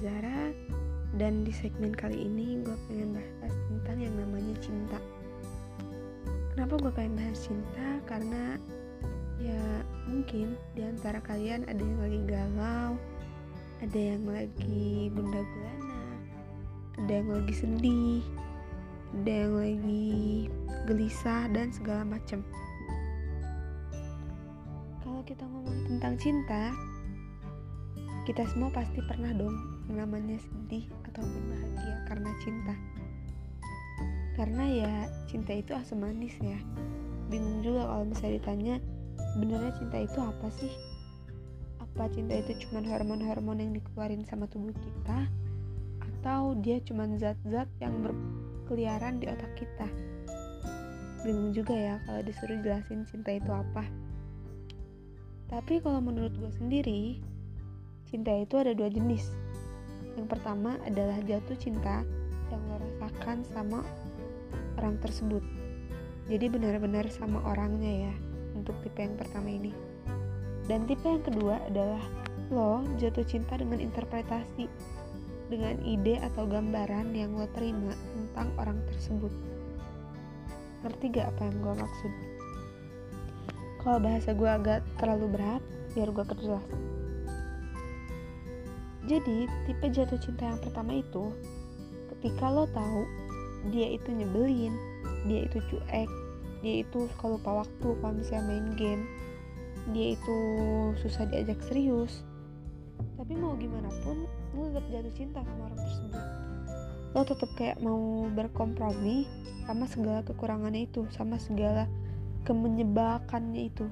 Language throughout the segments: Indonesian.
Zara, dan di segmen kali ini gue pengen bahas tentang yang namanya cinta. Kenapa gue pengen bahas cinta? Karena ya mungkin di antara kalian ada yang lagi galau, ada yang lagi gundah gulana, ada yang lagi sedih, ada yang lagi gelisah dan segala macam. Kalau kita ngomong tentang cinta, kita semua pasti pernah dong namanya sedih ataupun bahagia karena cinta. Karena ya cinta itu asam manis ya. Bingung juga kalau misalnya ditanya sebenarnya cinta itu apa sih? Apa cinta itu cuma hormon-hormon yang dikeluarin sama tubuh kita? Atau dia cuma zat-zat yang berkeliaran di otak kita? Bingung juga ya kalau disuruh jelasin cinta itu apa. Tapi kalau menurut gue sendiri, cinta itu ada dua jenis. Yang pertama adalah jatuh cinta yang lo rasakan sama orang tersebut. Jadi benar-benar sama orangnya ya, untuk tipe yang pertama ini. Dan tipe yang kedua adalah lo jatuh cinta dengan interpretasi, dengan ide atau gambaran yang lo terima tentang orang tersebut. Ngerti gak apa yang gue maksud? Kalau bahasa gue agak terlalu berat, biar gue perjelas. Jadi tipe jatuh cinta yang pertama itu ketika lo tahu dia itu nyebelin, dia itu cuek, dia itu suka lupa waktu kalau misalnya main game, dia itu susah diajak serius. Tapi mau gimana pun lo tetap jatuh cinta sama orang tersebut. Lo tetap kayak mau berkompromi sama segala kekurangannya itu, sama segala kemenyebalkannya itu.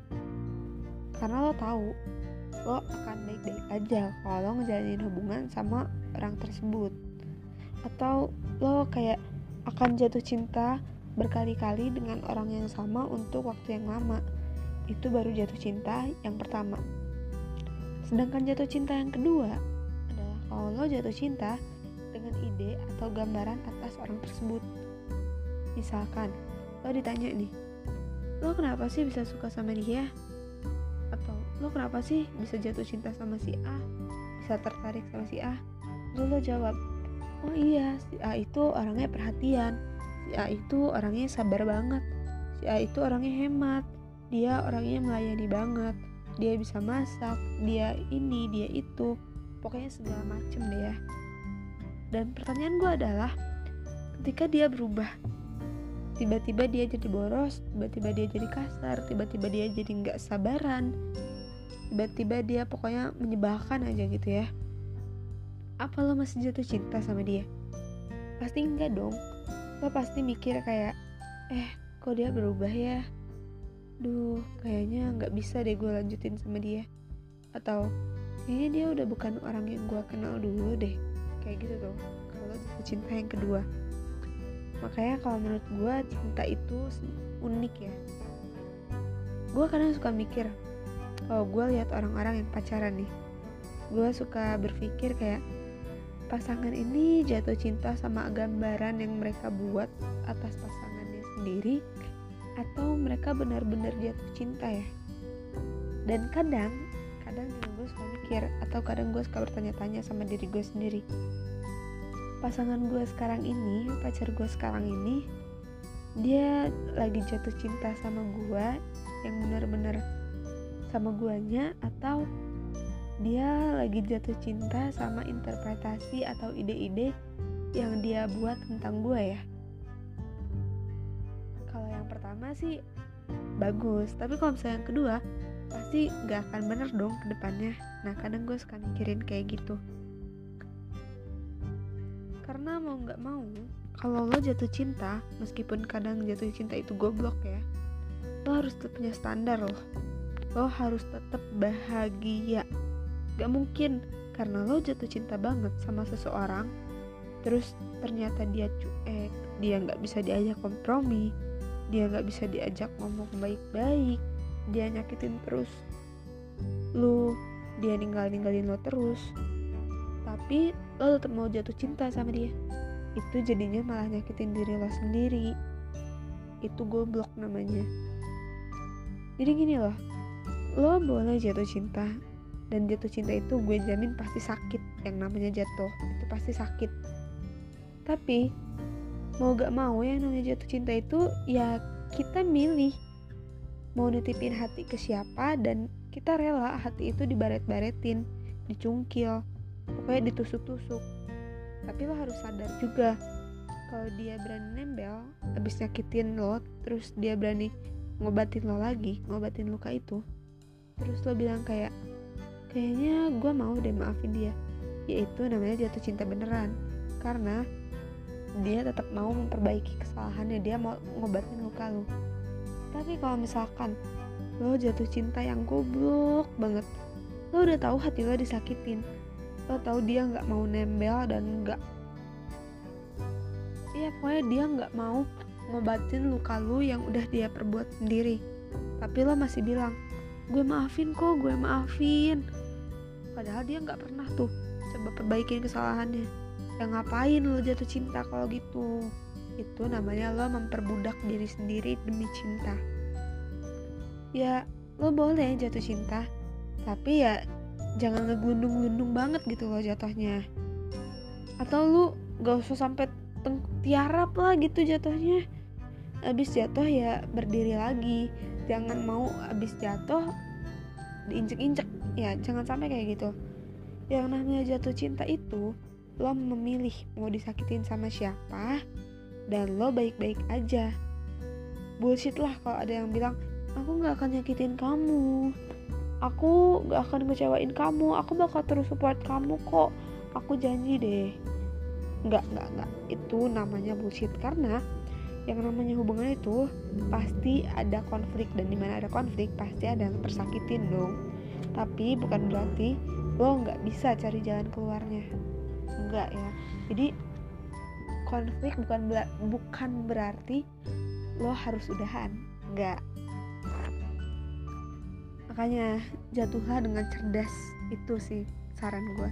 Karena lo tahu lo akan baik-baik aja kalau lo ngejalanin hubungan sama orang tersebut. Atau lo kayak akan jatuh cinta berkali-kali dengan orang yang sama untuk waktu yang lama. Itu baru jatuh cinta yang pertama. Sedangkan jatuh cinta yang kedua adalah kalau lo jatuh cinta dengan ide atau gambaran atas orang tersebut. Misalkan lo ditanya nih, lo kenapa sih bisa suka sama dia? Atau lo kenapa sih bisa jatuh cinta sama si A, bisa tertarik sama si A? Terus lo jawab, oh iya, si A itu orangnya perhatian, si A itu orangnya sabar banget, si A itu orangnya hemat, dia orangnya melayani banget, dia bisa masak, dia ini, dia itu, pokoknya segala macem deh ya. Dan pertanyaan gue adalah, ketika dia berubah, tiba-tiba dia jadi boros, tiba-tiba dia jadi kasar, tiba-tiba dia jadi gak sabaran, tiba-tiba dia pokoknya menyebalkan aja gitu ya, apa lo masih jatuh cinta sama dia? Pasti enggak dong. Lo pasti mikir kayak, kok dia berubah ya? Duh, kayaknya gak bisa deh gue lanjutin sama dia. Atau, kayaknya dia udah bukan orang yang gue kenal dulu deh. Kayak gitu tuh, kalau jatuh cinta yang kedua. Makanya kalau menurut gue cinta itu unik ya. Gue kadang suka mikir, kalau gue lihat orang-orang yang pacaran nih, gue suka berpikir kayak pasangan ini jatuh cinta sama gambaran yang mereka buat atas pasangannya sendiri, atau mereka benar-benar jatuh cinta ya. Dan kadang gue suka mikir, atau kadang gue suka bertanya-tanya sama diri gue sendiri, pasangan gue sekarang ini, pacar gue sekarang ini, dia lagi jatuh cinta sama gue yang benar-benar sama guanya, atau dia lagi jatuh cinta sama interpretasi atau ide-ide yang dia buat tentang gue ya. Kalau yang pertama sih bagus, tapi kalau misalnya yang kedua pasti gak akan bener dong ke depannya. Nah kadang gue suka mikirin kayak gitu. Karena mau gak mau, kalau lo jatuh cinta, meskipun kadang jatuh cinta itu goblok ya, lo harus tetap punya standar loh. Lo harus tetap bahagia. Gak mungkin karena lo jatuh cinta banget sama seseorang, terus ternyata dia cuek, dia gak bisa diajak kompromi, dia gak bisa diajak ngomong baik-baik, dia nyakitin terus lo, dia ninggalin lo terus, tapi lo tetap mau jatuh cinta sama dia. Itu jadinya malah nyakitin diri lo sendiri. Itu goblok namanya. Jadi gini loh, lo boleh jatuh cinta, Dan jatuh cinta itu gue jamin pasti sakit. Yang namanya jatuh itu pasti sakit. Tapi mau gak mau yang namanya jatuh cinta itu ya kita milih mau nitipin hati ke siapa, dan kita rela hati itu dibaret-baretin, dicungkil, pokoknya ditusuk-tusuk. Tapi lo harus sadar juga, kalau dia berani nembel abis nyakitin lo, terus dia berani ngobatin lo lagi, ngobatin luka itu, terus lo bilang kayaknya gue mau deh maafin dia, yaitu namanya jatuh cinta beneran. Karena dia tetap mau memperbaiki kesalahannya, dia mau ngobatin luka lo. Tapi kalau misalkan lo jatuh cinta yang goblok banget, lo udah tahu hati lo disakitin, lo tahu dia nggak mau nembel dan pokoknya dia nggak mau ngobatin luka lo yang udah dia perbuat sendiri, tapi lo masih bilang gue maafin kok, gue maafin, padahal dia nggak pernah tuh coba perbaikin kesalahannya. Ya ngapain lo jatuh cinta kalau gitu? Itu namanya lo memperbudak diri sendiri demi cinta. Ya lo boleh jatuh cinta, tapi ya jangan ngeglundung-glundung banget gitu lo jatuhnya. Atau lo gak usah sampai tiarap lah gitu jatuhnya. Abis jatuh ya berdiri lagi. Jangan mau abis jatuh diinjek-injek. Ya jangan sampai kayak gitu. Yang namanya jatuh cinta itu lo memilih mau disakitin sama siapa, dan lo baik-baik aja. Bullshit lah kalau ada yang bilang aku gak akan nyakitin kamu, aku gak akan ngecewain kamu, aku bakal terus support kamu kok, aku janji deh. Enggak, itu namanya bullshit. Karena yang namanya hubungan itu pasti ada konflik, dan dimana ada konflik pasti ada yang tersakitin dong. Tapi bukan berarti lo gak bisa cari jalan keluarnya, enggak ya. Jadi konflik bukan berarti lo harus udahan, enggak. Makanya jatuhlah dengan cerdas, itu sih saran gue.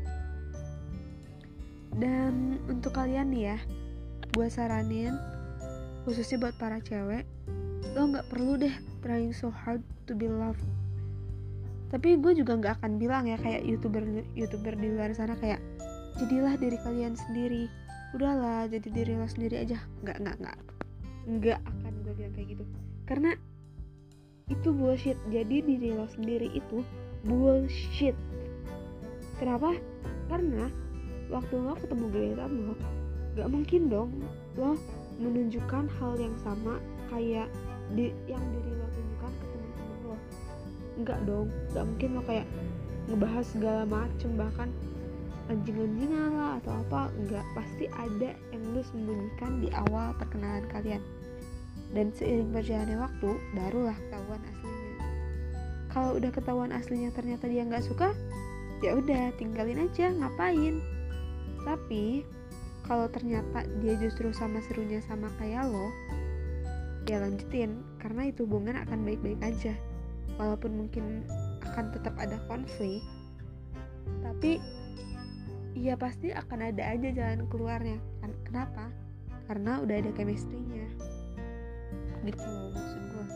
Dan untuk kalian nih ya, gue saranin khususnya buat para cewek, lo gak perlu deh trying so hard to be loved. Tapi gue juga gak akan bilang ya kayak youtuber di luar sana kayak jadilah diri kalian sendiri, udahlah jadi diri lo sendiri aja. Nggak akan gue bilang kayak gitu, karena itu bullshit. Jadi diri lo sendiri itu bullshit. Kenapa? Karena waktu lo ketemu gebetan lo, nggak mungkin dong lo menunjukkan hal yang sama kayak yang diri lo tunjukkan ke teman-teman lo. Nggak dong, nggak mungkin lo kayak ngebahas segala macem, bahkan anjing-anjingan lah atau apa. Enggak, pasti ada yang lu sembunyikan di awal perkenalan kalian. Dan seiring berjalannya waktu, barulah ketahuan aslinya. Kalau udah ketahuan aslinya ternyata dia nggak suka, ya udah tinggalin aja, ngapain. Tapi kalau ternyata dia justru sama serunya sama kayak lo, ya lanjutin, karena itu hubungan akan baik-baik aja. Walaupun mungkin akan tetap ada konflik, tapi iya pasti akan ada aja jalan keluarnya. Kenapa? Karena udah ada chemistry-nya. Gitu maksud gue.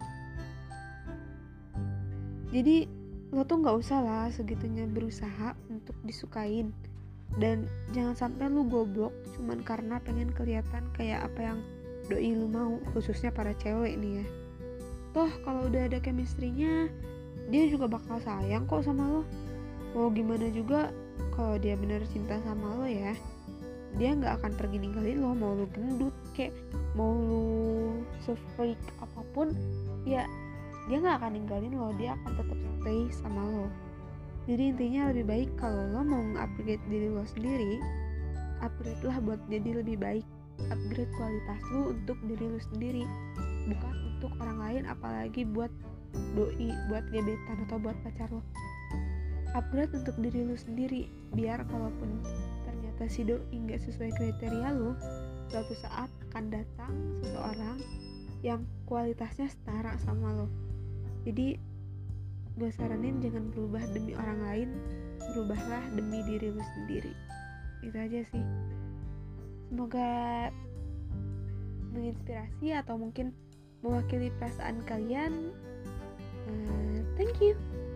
Jadi lo tuh gak usah lah segitunya berusaha untuk disukain. Dan jangan sampai lu goblok cuman karena pengen kelihatan kayak apa yang doi lu mau, khususnya para cewek nih ya. Toh kalau udah ada chemistry-nya, dia juga bakal sayang kok sama lo. Mau gimana juga, kalau dia benar cinta sama lo ya, dia gak akan pergi ninggalin lo. Mau lu gendut kayak, mau lu se-freak apapun, ya dia gak akan ninggalin lo, dia akan tetap stay sama lo. Jadi intinya lebih baik kalau lo mau nge-upgrade diri lo sendiri, upgrade lah buat jadi lebih baik. Upgrade kualitas lo untuk diri lo sendiri, bukan untuk orang lain, apalagi buat doi, buat gebetan atau buat pacar lo. Upgrade untuk diri lo sendiri, biar kalaupun ternyata si doi gak sesuai kriteria lo, suatu saat akan datang seseorang yang kualitasnya setara sama lo. Jadi gue saranin jangan berubah demi orang lain, berubahlah demi diri lo sendiri. Itu aja sih. Semoga menginspirasi atau mungkin mewakili perasaan kalian. Thank you.